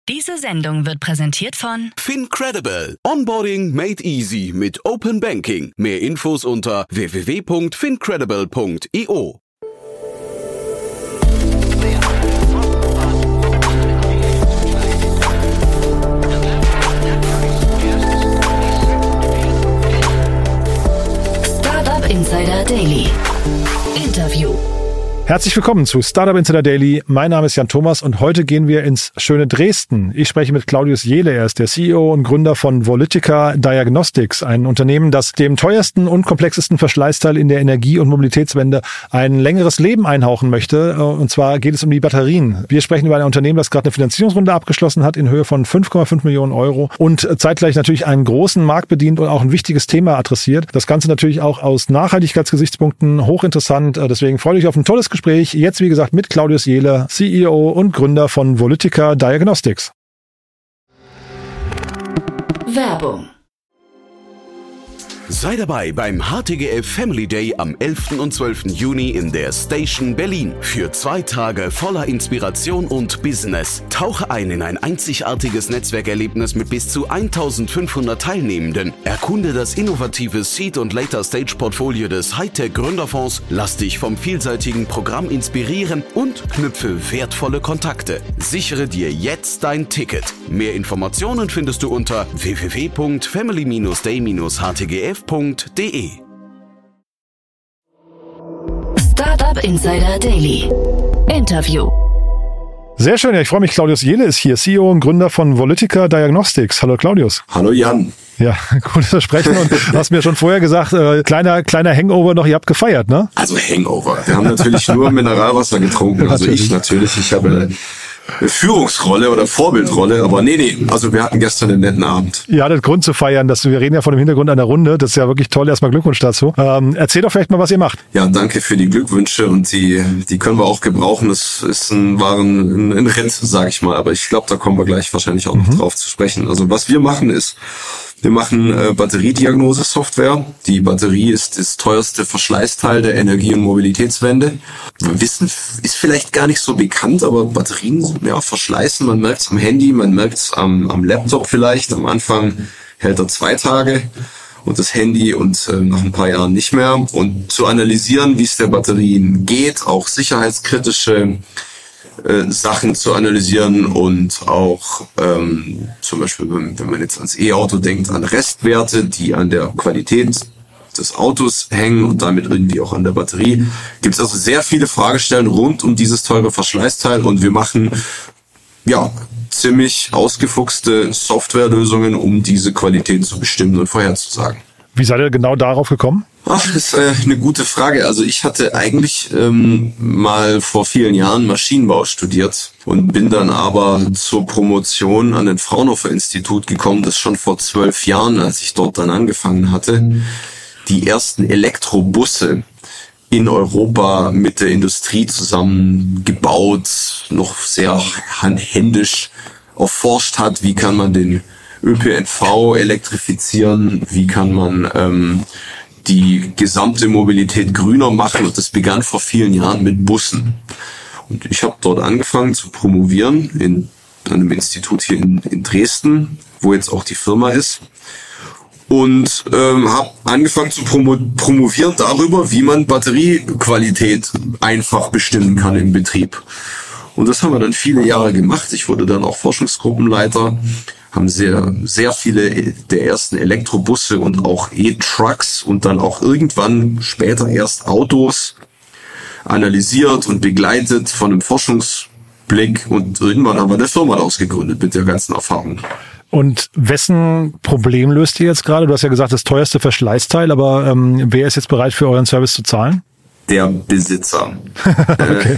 Diese Sendung wird präsentiert von FinCredible. Onboarding made easy mit Open Banking. Mehr Infos unter www.fincredible.io. Startup Insider Daily. Interview. Herzlich willkommen zu Startup Insider Daily. Mein Name ist Jan Thomas und heute gehen wir ins schöne Dresden. Ich spreche mit Claudius Jehle. Er ist der CEO und Gründer von Volutica Diagnostics, ein Unternehmen, das dem teuersten und komplexesten Verschleißteil in der Energie- und Mobilitätswende ein längeres Leben einhauchen möchte. Und zwar geht es um die Batterien. Wir sprechen über ein Unternehmen, das gerade eine Finanzierungsrunde abgeschlossen hat in Höhe von 5,5 Millionen Euro und zeitgleich natürlich einen großen Markt bedient und auch ein wichtiges Thema adressiert. Das Ganze natürlich auch aus Nachhaltigkeitsgesichtspunkten hochinteressant. Deswegen freue ich mich auf ein tolles Gespräch. Jetzt, wie gesagt, mit Claudius Jehle, CEO und Gründer von Volutica Diagnostics. Werbung. Sei dabei beim HTGF Family Day am 11. und 12. Juni in der Station Berlin. Für 2 Tage voller Inspiration und Business. Tauche ein in ein einzigartiges Netzwerkerlebnis mit bis zu 1500 Teilnehmenden. Erkunde das innovative Seed- und Later-Stage-Portfolio des Hightech-Gründerfonds. Lass dich vom vielseitigen Programm inspirieren und knüpfe wertvolle Kontakte. Sichere dir jetzt dein Ticket. Mehr Informationen findest du unter www.family-day-htgf.de. Startup Insider Daily. Interview. Sehr schön, ja, ich freue mich. Claudius Jehle ist hier, CEO und Gründer von Volutica Diagnostics. Hallo Claudius. Hallo Jan. Ja, gutes Versprechen und du hast mir schon vorher gesagt, kleiner Hangover noch, ihr habt gefeiert, ne? Also Hangover. Wir haben natürlich nur Mineralwasser getrunken, also ich natürlich. Ich habe eine Führungsrolle oder Vorbildrolle, aber nee, also wir hatten gestern einen netten Abend. Ihr hattet Grund zu feiern, wir reden ja von dem Hintergrund einer Runde, das ist ja wirklich toll, erstmal Glückwunsch dazu. Erzähl doch vielleicht mal, was ihr macht. Ja, danke für die Glückwünsche und die können wir auch gebrauchen. Das ist ein Ritt, sag ich mal, aber ich glaube, da kommen wir gleich wahrscheinlich auch noch drauf zu sprechen. Also was wir machen ist, wir machen Batteriediagnose-Software. Die Batterie ist das teuerste Verschleißteil der Energie- und Mobilitätswende. Wissen ist vielleicht gar nicht so bekannt, aber Batterien verschleißen. Man merkt es am Handy, man merkt es am Laptop vielleicht. Am Anfang hält er 2 Tage und das Handy und nach ein paar Jahren nicht mehr. Und zu analysieren, wie es der Batterien geht, auch sicherheitskritische Sachen zu analysieren und auch zum Beispiel, wenn man jetzt ans E-Auto denkt, an Restwerte, die an der Qualität des Autos hängen und damit irgendwie auch an der Batterie. Gibt es also sehr viele Fragestellungen rund um dieses teure Verschleißteil und wir machen ziemlich ausgefuchste Softwarelösungen, um diese Qualität zu bestimmen und vorherzusagen. Wie seid ihr genau darauf gekommen? Ach, das ist eine gute Frage. Also ich hatte eigentlich mal vor vielen Jahren Maschinenbau studiert und bin dann aber zur Promotion an den Fraunhofer Institut gekommen, das schon vor 12 Jahren, als ich dort dann angefangen hatte, die ersten Elektrobusse in Europa mit der Industrie zusammengebaut, noch sehr händisch erforscht hat, wie kann man den ÖPNV elektrifizieren, wie kann man die gesamte Mobilität grüner machen, und das begann vor vielen Jahren mit Bussen. Und ich habe dort angefangen zu promovieren in einem Institut hier in Dresden, wo jetzt auch die Firma ist, und habe angefangen zu promovieren darüber, wie man Batteriequalität einfach bestimmen kann im Betrieb. Und das haben wir dann viele Jahre gemacht. Ich wurde dann auch Forschungsgruppenleiter, haben sehr viele der ersten Elektrobusse und auch E-Trucks und dann auch irgendwann später erst Autos analysiert und begleitet von einem Forschungsblick, und irgendwann haben wir eine Firma ausgegründet mit der ganzen Erfahrung. Und wessen Problem löst ihr jetzt gerade? Du hast ja gesagt, das teuerste Verschleißteil, aber wer ist jetzt bereit für euren Service zu zahlen? Der Besitzer. Okay.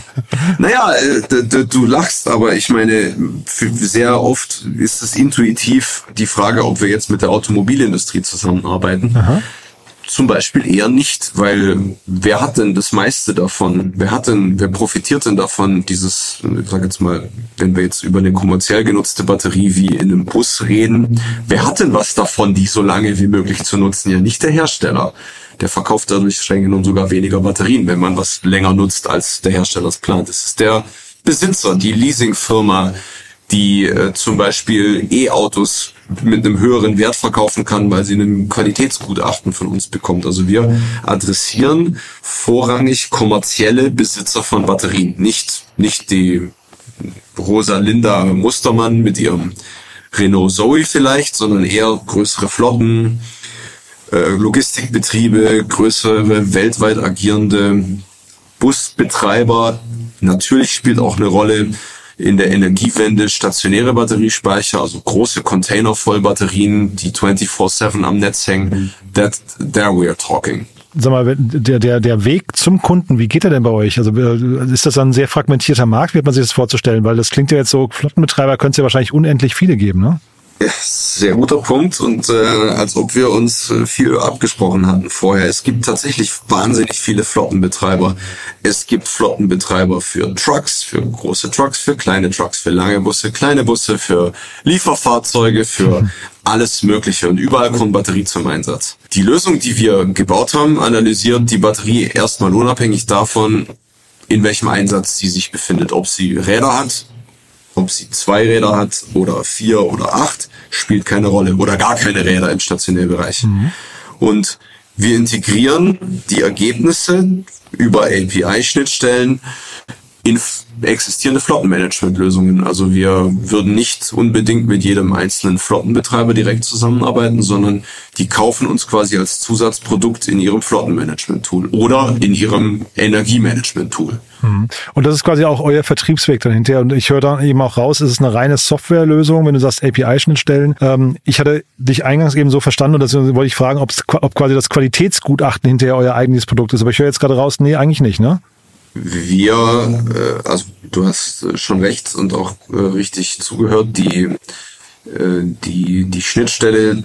Du lachst, aber ich meine, sehr oft ist es intuitiv die Frage, ob wir jetzt mit der Automobilindustrie zusammenarbeiten. Aha. Zum Beispiel eher nicht, weil wer hat denn das meiste davon? Wer profitiert denn davon, dieses, ich sag jetzt mal, wenn wir jetzt über eine kommerziell genutzte Batterie wie in einem Bus reden, wer hat denn was davon, die so lange wie möglich zu nutzen? Ja, nicht der Hersteller. Der verkauft dadurch streng genommen sogar weniger Batterien, wenn man was länger nutzt, als der Hersteller es plant. Es ist der Besitzer, die Leasingfirma, die zum Beispiel E-Autos mit einem höheren Wert verkaufen kann, weil sie einen Qualitätsgutachten von uns bekommt. Also wir adressieren vorrangig kommerzielle Besitzer von Batterien, nicht die Rosalinda Mustermann mit ihrem Renault Zoe vielleicht, sondern eher größere Flotten, Logistikbetriebe, größere weltweit agierende Busbetreiber. Natürlich spielt auch eine Rolle in der Energiewende stationäre Batteriespeicher, also große Container-Vollbatterien, die 24/7 am Netz hängen. There we are talking. Sag mal, der Weg zum Kunden, wie geht er denn bei euch? Also ist das ein sehr fragmentierter Markt? Wie hat man sich das vorzustellen? Weil das klingt ja jetzt so, Flottenbetreiber könnte es ja wahrscheinlich unendlich viele geben, ne? Ja, sehr guter Punkt und als ob wir uns viel abgesprochen hatten vorher. Es gibt tatsächlich wahnsinnig viele Flottenbetreiber. Es gibt Flottenbetreiber für Trucks, für große Trucks, für kleine Trucks, für lange Busse, kleine Busse, für Lieferfahrzeuge, für alles Mögliche und überall kommt Batterie zum Einsatz. Die Lösung, die wir gebaut haben, analysiert die Batterie erstmal unabhängig davon, in welchem Einsatz sie sich befindet. Ob sie Räder hat, ob sie 2 Räder hat oder 4 oder 8, spielt keine Rolle. Oder gar keine Räder im Stationärbereich. Und wir integrieren die Ergebnisse über API-Schnittstellen in existierende Flottenmanagement-Lösungen. Also wir würden nicht unbedingt mit jedem einzelnen Flottenbetreiber direkt zusammenarbeiten, sondern die kaufen uns quasi als Zusatzprodukt in ihrem Flottenmanagement-Tool oder in ihrem Energiemanagement-Tool. Und das ist quasi auch euer Vertriebsweg dann hinterher. Und ich höre da eben auch raus, es ist eine reine Softwarelösung, wenn du sagst API-Schnittstellen. Ich hatte dich eingangs eben so verstanden und deswegen wollte ich fragen, ob quasi das Qualitätsgutachten hinterher euer eigenes Produkt ist. Aber ich höre jetzt gerade raus, nee, eigentlich nicht, ne? Wir, also du hast schon recht und auch richtig zugehört, die Schnittstelle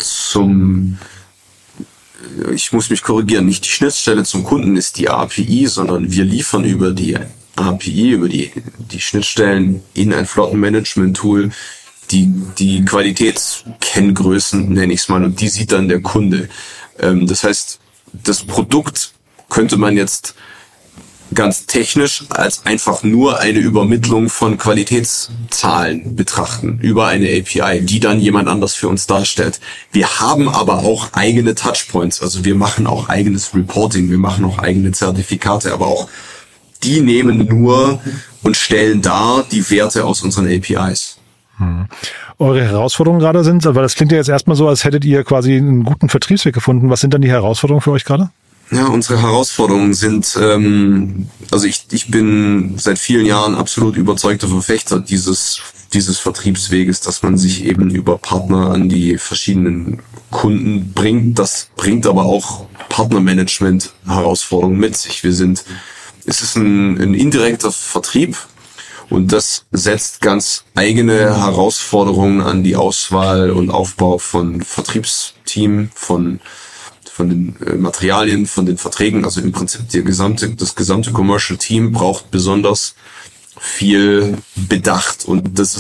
ich muss mich korrigieren, nicht die Schnittstelle zum Kunden ist die API, sondern wir liefern über die API, über die Schnittstellen in ein Flottenmanagement-Tool die Qualitätskenngrößen, nenne ich es mal, und die sieht dann der Kunde. Das heißt, das Produkt könnte man jetzt ganz technisch als einfach nur eine Übermittlung von Qualitätszahlen betrachten über eine API, die dann jemand anders für uns darstellt. Wir haben aber auch eigene Touchpoints, also wir machen auch eigenes Reporting, wir machen auch eigene Zertifikate, aber auch die nehmen nur und stellen dar die Werte aus unseren APIs. Eure Herausforderungen gerade sind, weil das klingt ja jetzt erstmal so, als hättet ihr quasi einen guten Vertriebsweg gefunden. Was sind dann die Herausforderungen für euch gerade? Ja, unsere Herausforderungen sind, also ich bin seit vielen Jahren absolut überzeugter Verfechter dieses Vertriebsweges, dass man sich eben über Partner an die verschiedenen Kunden bringt. Das bringt aber auch Partnermanagement-Herausforderungen mit sich. Es ist ein indirekter Vertrieb und das setzt ganz eigene Herausforderungen an die Auswahl und Aufbau von Vertriebsteam, von den Materialien, von den Verträgen, also im Prinzip das gesamte Commercial Team braucht besonders viel Bedacht und das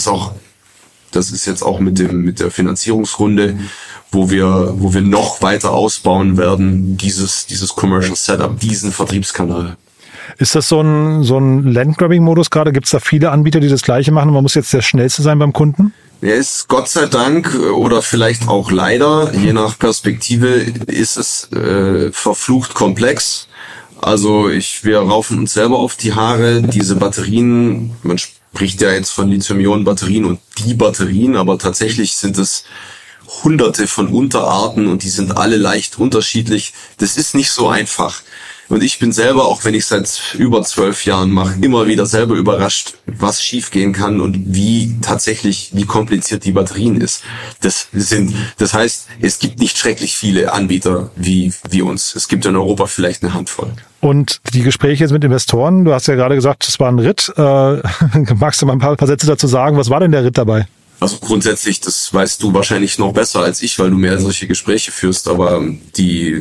ist jetzt auch mit der Finanzierungsrunde, wo wir noch weiter ausbauen werden, dieses Commercial Setup, diesen Vertriebskanal. Ist das so ein Landgrabbing-Modus gerade? Gibt es da viele Anbieter, die das Gleiche machen und man muss jetzt der Schnellste sein beim Kunden? Er ist Gott sei Dank oder vielleicht auch leider, je nach Perspektive, ist es verflucht komplex. Also wir raufen uns selber auf die Haare. Diese Batterien, man spricht ja jetzt von Lithium-Ionen-Batterien und die Batterien, aber tatsächlich sind es Hunderte von Unterarten und die sind alle leicht unterschiedlich. Das ist nicht so einfach. Und ich bin selber, auch wenn ich seit über 12 Jahren mache, immer wieder selber überrascht, was schiefgehen kann und wie kompliziert die Batterien ist. Das heißt, es gibt nicht schrecklich viele Anbieter wie uns. Es gibt in Europa vielleicht eine Handvoll. Und die Gespräche jetzt mit Investoren, du hast ja gerade gesagt, es war ein Ritt. Magst du mal ein paar Sätze dazu sagen? Was war denn der Ritt dabei? Also grundsätzlich, das weißt du wahrscheinlich noch besser als ich, weil du mehr solche Gespräche führst, aber die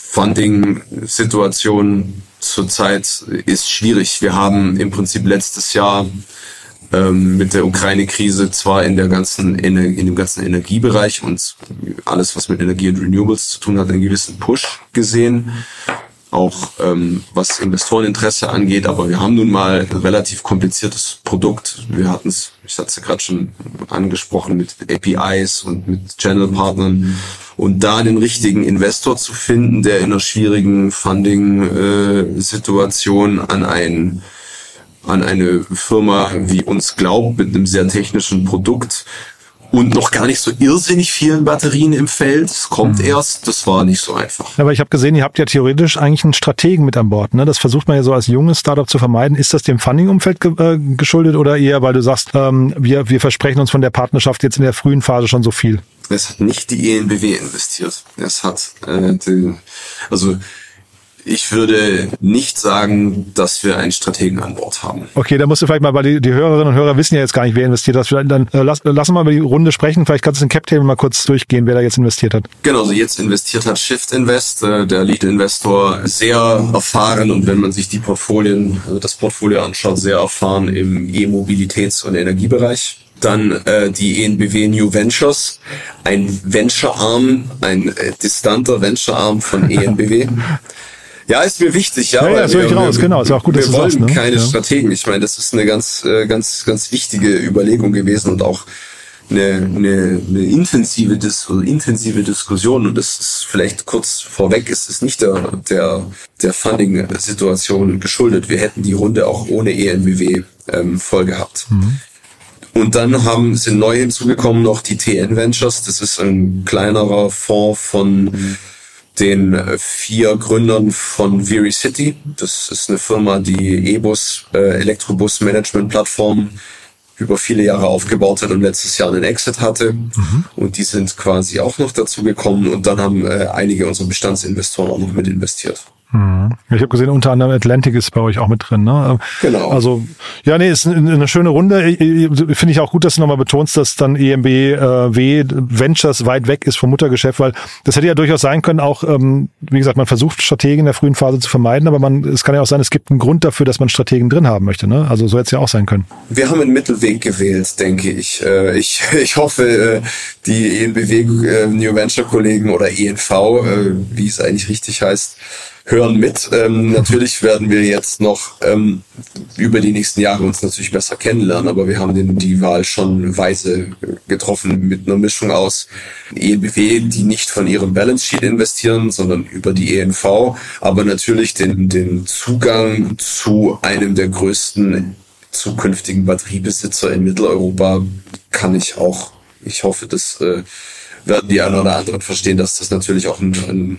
Funding-Situation zurzeit ist schwierig. Wir haben im Prinzip letztes Jahr mit der Ukraine-Krise zwar in dem ganzen Energiebereich und alles, was mit Energie und Renewables zu tun hat, einen gewissen Push gesehen. auch was Investoreninteresse angeht. Aber wir haben nun mal ein relativ kompliziertes Produkt. Wir hatten es, ich hatte es ja gerade schon angesprochen, mit APIs und mit Channel-Partnern. Und da den richtigen Investor zu finden, der in einer schwierigen Funding-Situation an eine Firma wie uns glaubt, mit einem sehr technischen Produkt und noch gar nicht so irrsinnig vielen Batterien im Feld. Es kommt erst, das war nicht so einfach. Aber ich habe gesehen, ihr habt ja theoretisch eigentlich einen Strategen mit an Bord. Ne? Das versucht man ja so als junges Startup zu vermeiden. Ist das dem Funding-Umfeld geschuldet oder eher, weil du sagst, wir versprechen uns von der Partnerschaft jetzt in der frühen Phase schon so viel? Es hat nicht die EnBW investiert. Es hat, ich würde nicht sagen, dass wir einen Strategen an Bord haben. Okay, da musst du vielleicht mal, weil die Hörerinnen und Hörer wissen ja jetzt gar nicht, wer investiert hat. Dann lass uns mal über die Runde sprechen. Vielleicht kannst du den Cap-Table mal kurz durchgehen, wer da jetzt investiert hat. Genau, also jetzt investiert hat Shift Invest, der Lead-Investor, sehr erfahren, und wenn man sich das Portfolio anschaut, sehr erfahren im E-Mobilitäts- und Energiebereich. Dann die EnBW New Ventures, ein Venture-Arm, ein distanter Venture-Arm von EnBW. Ja, ist mir wichtig, ja. Ja, so ich raus, genau. Ist auch gut, dass du sagst, ne? Keine Strategen. Ich meine, das ist eine ganz wichtige Überlegung gewesen und auch eine intensive Diskussion. Und das ist vielleicht kurz vorweg, ist es nicht der Funding-Situation geschuldet. Wir hätten die Runde auch ohne EnBW voll gehabt. Mhm. Und dann sind neu hinzugekommen noch die TN Ventures. Das ist ein kleinerer Fonds von den 4 Gründern von VeriCity. Das ist eine Firma, die E-Bus, Elektrobus-Management-Plattform über viele Jahre aufgebaut hat und letztes Jahr einen Exit hatte. Mhm. Und die sind quasi auch noch dazu gekommen. Und dann haben einige unserer Bestandsinvestoren auch noch mit investiert. Ich habe gesehen, unter anderem Atlantic ist bei euch auch mit drin, ne? Genau. Also, ja, nee, ist eine schöne Runde. Finde ich auch gut, dass du nochmal betonst, dass dann EnBW Ventures weit weg ist vom Muttergeschäft, weil das hätte ja durchaus sein können, auch, wie gesagt, man versucht Strategen in der frühen Phase zu vermeiden, aber es kann ja auch sein, es gibt einen Grund dafür, dass man Strategen drin haben möchte, ne? Also so hätte es ja auch sein können. Wir haben einen Mittelweg gewählt, denke ich. Ich hoffe, die EnBW New Venture Kollegen oder ENV, wie es eigentlich richtig heißt, hören mit. Natürlich werden wir jetzt noch über die nächsten Jahre uns natürlich besser kennenlernen, aber wir haben die Wahl schon weise getroffen mit einer Mischung aus EnBW, die nicht von ihrem Balance Sheet investieren, sondern über die ENV, aber natürlich den Zugang zu einem der größten zukünftigen Batteriebesitzer in Mitteleuropa kann ich auch. Ich hoffe, das werden die einen oder anderen verstehen, dass das natürlich auch eine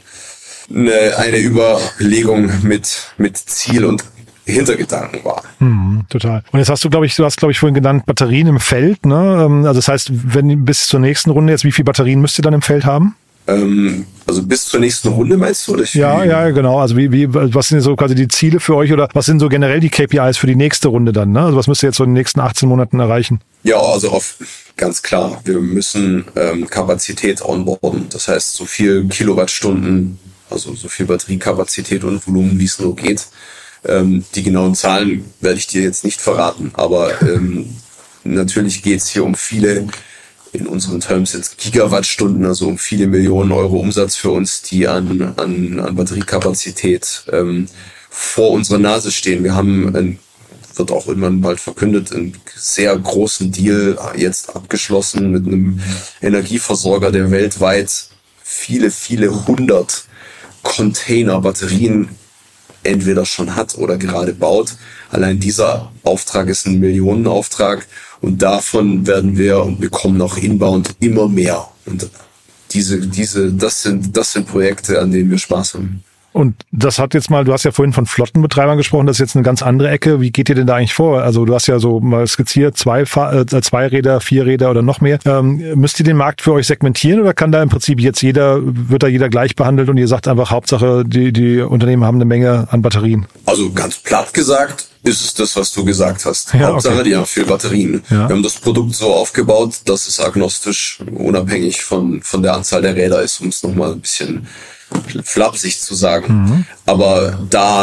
Überlegung mit Ziel und Hintergedanken war. Total. Und jetzt hast du, glaube ich, vorhin genannt, Batterien im Feld, ne? Also das heißt, wenn bis zur nächsten Runde jetzt, wie viele Batterien müsst ihr dann im Feld haben? Also bis zur nächsten Runde meinst du? Oder ja, genau. Also was sind so quasi die Ziele für euch oder was sind so generell die KPIs für die nächste Runde dann, ne? Also was müsst ihr jetzt so in den nächsten 18 Monaten erreichen? Ja, also ganz klar. Wir müssen Kapazität onboarden. Das heißt, so viel Kilowattstunden, also so viel Batteriekapazität und Volumen, wie es nur geht. Die genauen Zahlen werde ich dir jetzt nicht verraten, aber natürlich geht es hier um viele, in unseren Terms jetzt Gigawattstunden, also um viele Millionen Euro Umsatz für uns, die an Batteriekapazität vor unserer Nase stehen. Wir haben, wird auch irgendwann bald verkündet, einen sehr großen Deal jetzt abgeschlossen mit einem Energieversorger, der weltweit viele, viele hundert Container Batterien entweder schon hat oder gerade baut. Allein dieser Auftrag ist ein Millionenauftrag und davon werden wir und bekommen auch inbound immer mehr. Und das sind Projekte, an denen wir Spaß haben. Und das hat jetzt mal, du hast ja vorhin von Flottenbetreibern gesprochen, das ist jetzt eine ganz andere Ecke. Wie geht ihr denn da eigentlich vor? Also du hast ja so mal skizziert, 2 Räder, 4 Räder oder noch mehr. Müsst ihr den Markt für euch segmentieren oder kann da im Prinzip jetzt wird da jeder gleich behandelt und ihr sagt einfach, Hauptsache die Unternehmen haben eine Menge an Batterien? Also ganz platt gesagt ist es das, was du gesagt hast. Ja, Hauptsache, okay. die haben viel Batterien. Ja. Wir haben das Produkt so aufgebaut, dass es agnostisch, unabhängig von der Anzahl der Räder ist, um es nochmal ein bisschen flapsig zu sagen. Aber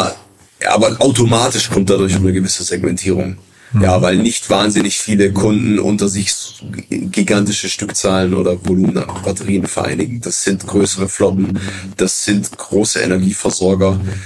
automatisch kommt dadurch eine gewisse Segmentierung. Ja, weil nicht wahnsinnig viele Kunden unter sich gigantische Stückzahlen oder Volumen an Batterien vereinigen. Das sind größere Flotten, das sind große Energieversorger.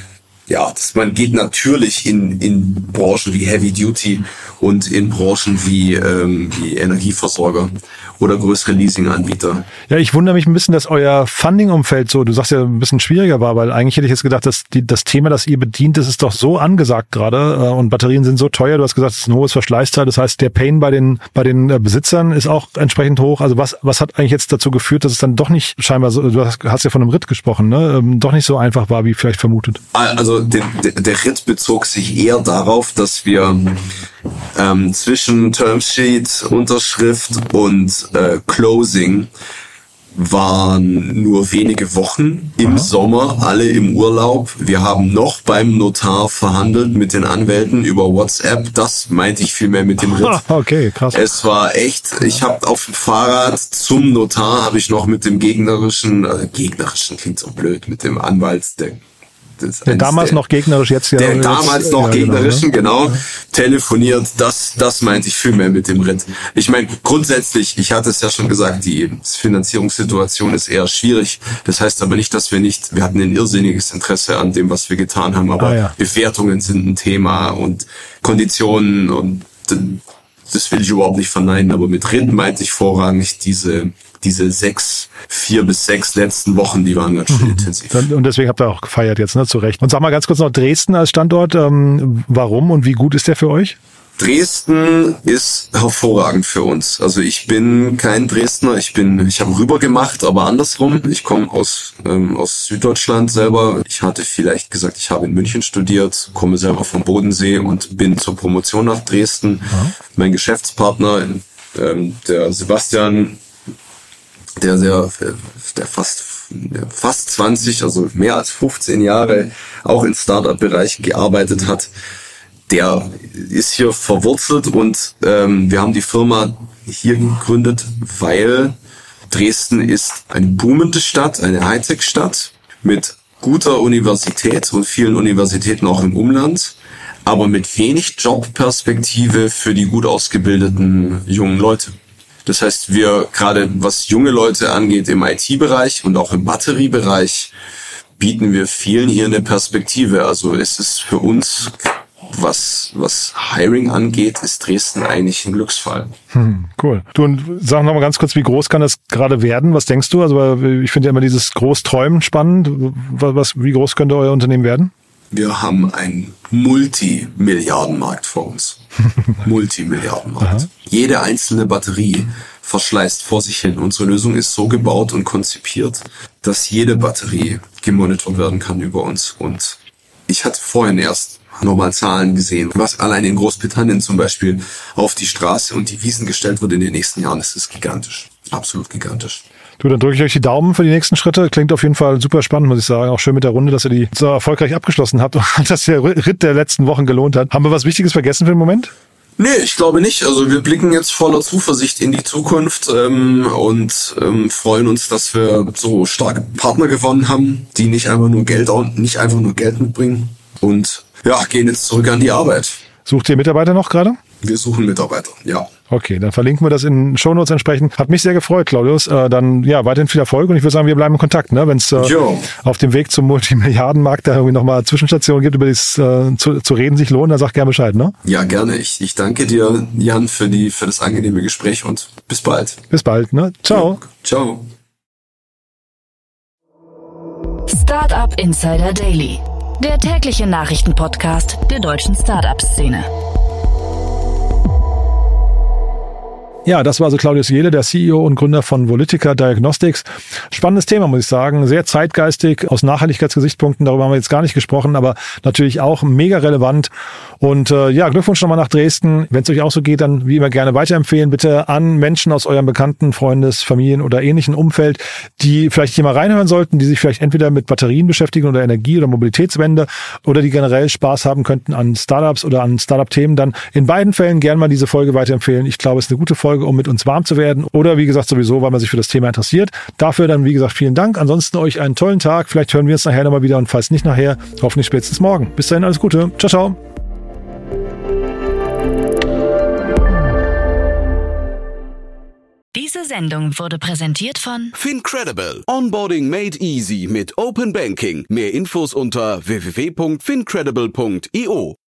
man geht natürlich in Branchen wie Heavy Duty und in Branchen wie Energieversorger oder größere Leasinganbieter. Ja, ich wundere mich ein bisschen, dass euer Funding-Umfeld so, du sagst ja, ein bisschen schwieriger war, weil eigentlich hätte ich jetzt gedacht, dass das Thema, das ihr bedient, das ist doch so angesagt gerade und Batterien sind so teuer. Du hast gesagt, es ist ein hohes Verschleißteil. Das heißt, der Pain bei den Besitzern ist auch entsprechend hoch. Also was hat eigentlich jetzt dazu geführt, dass es dann doch nicht scheinbar so, du hast ja von einem Ritt gesprochen, ne, doch nicht so einfach war, wie vielleicht vermutet? Also der Ritt bezog sich eher darauf, dass wir zwischen Termsheet, Unterschrift und Closing waren nur wenige Wochen im Sommer, alle im Urlaub. Wir haben noch beim Notar verhandelt mit den Anwälten über WhatsApp. Das meinte ich vielmehr mit dem Ritt. Okay, krass. Es war echt, ich habe auf dem Fahrrad zum Notar, habe ich noch mit dem gegnerischen klingt so blöd, mit dem Anwalt, der damals noch gegnerisch, jetzt ja. Der damals noch gegnerischen, genau, telefoniert. Das meinte ich vielmehr mit dem Ritt. Ich meine, grundsätzlich, ich hatte es ja schon gesagt, die Finanzierungssituation ist eher schwierig. Das heißt aber nicht, wir hatten ein irrsinniges Interesse an dem, was wir getan haben, aber Bewertungen sind ein Thema und Konditionen und das will ich überhaupt nicht verneinen, aber mit Ritt meinte ich vorrangig diese 4 bis 6 letzten Wochen, die waren ganz schön intensiv. Und deswegen habt ihr auch gefeiert jetzt, ne, zu Recht. Und sag mal ganz kurz noch Dresden als Standort. Warum und wie gut ist der für euch? Dresden ist hervorragend für uns. Also ich bin kein Dresdner, ich habe rüber gemacht, aber andersrum. Ich komme aus Süddeutschland selber. Ich hatte vielleicht gesagt, ich habe in München studiert, komme selber vom Bodensee und bin zur Promotion nach Dresden. Ja. Mein Geschäftspartner, der Sebastian, der fast 20, also mehr als 15 Jahre auch im Startup-Bereich gearbeitet hat, der ist hier verwurzelt und wir haben die Firma hier gegründet, weil Dresden ist eine boomende Stadt, eine Hightech-Stadt mit guter Universität und vielen Universitäten auch im Umland, aber mit wenig Jobperspektive für die gut ausgebildeten jungen Leute. Das heißt, wir gerade was junge Leute angeht im IT-Bereich und auch im Batteriebereich, bieten wir vielen hier eine Perspektive. Also es ist für uns, was Hiring angeht, ist Dresden eigentlich ein Glücksfall. Cool. Du, und sag noch mal ganz kurz, wie groß kann das gerade werden? Was denkst du? Also ich finde ja immer dieses Großträumen spannend. Wie groß könnte euer Unternehmen werden? Wir haben einen Multimilliardenmarkt vor uns. Multimilliardenmarkt. Jede einzelne Batterie verschleißt vor sich hin. Unsere Lösung ist so gebaut und konzipiert, dass jede Batterie gemonitort werden kann über uns. Und ich hatte vorhin erst nochmal Zahlen gesehen, was allein in Großbritannien zum Beispiel auf die Straße und die Wiesen gestellt wird in den nächsten Jahren. Das ist gigantisch. Absolut gigantisch. Du, dann drücke ich euch die Daumen für die nächsten Schritte. Klingt auf jeden Fall super spannend, muss ich sagen. Auch schön mit der Runde, dass ihr die so erfolgreich abgeschlossen habt und dass der Ritt der letzten Wochen gelohnt hat. Haben wir was Wichtiges vergessen für den Moment? Nee, ich glaube nicht. Also wir blicken jetzt voller Zuversicht in die Zukunft und freuen uns, dass wir so starke Partner gewonnen haben, die nicht einfach nur Geld mitbringen und gehen jetzt zurück an die Arbeit. Sucht ihr Mitarbeiter noch gerade? Wir suchen Mitarbeiter, ja. Okay, dann verlinken wir das in den Shownotes entsprechend. Hat mich sehr gefreut, Claudius. Dann weiterhin viel Erfolg und ich würde sagen, wir bleiben in Kontakt, ne? Wenn es auf dem Weg zum Multimilliardenmarkt da irgendwie nochmal Zwischenstationen gibt, über die es zu reden sich lohnt, dann sag gerne Bescheid, ne? Ja, gerne. Ich danke dir, Jan, für das angenehme Gespräch und bis bald. Bis bald, ne? Ciao. Ja, ciao. Startup Insider Daily, der tägliche Nachrichtenpodcast der deutschen Startup-Szene. Ja, das war also Claudius Jehle, der CEO und Gründer von Volutica Diagnostics. Spannendes Thema, muss ich sagen. Sehr zeitgeistig, aus Nachhaltigkeitsgesichtspunkten. Darüber haben wir jetzt gar nicht gesprochen, aber natürlich auch mega relevant. Und Glückwunsch nochmal nach Dresden. Wenn es euch auch so geht, dann wie immer gerne weiterempfehlen. Bitte an Menschen aus eurem Bekannten-, Freundes-, Familien- oder ähnlichen Umfeld, die vielleicht hier mal reinhören sollten, die sich vielleicht entweder mit Batterien beschäftigen oder Energie- oder Mobilitätswende oder die generell Spaß haben könnten an Startups oder an Startup-Themen. Dann in beiden Fällen gerne mal diese Folge weiterempfehlen. Ich glaube, es ist eine gute Folge, um mit uns warm zu werden oder wie gesagt sowieso, weil man sich für das Thema interessiert. Dafür dann wie gesagt vielen Dank. Ansonsten euch einen tollen Tag. Vielleicht hören wir uns nachher nochmal wieder und falls nicht nachher, hoffentlich spätestens morgen. Bis dahin alles Gute. Ciao, ciao. Diese Sendung wurde präsentiert von Fincredible. Onboarding made easy mit Open Banking. Mehr Infos unter www.fincredible.io.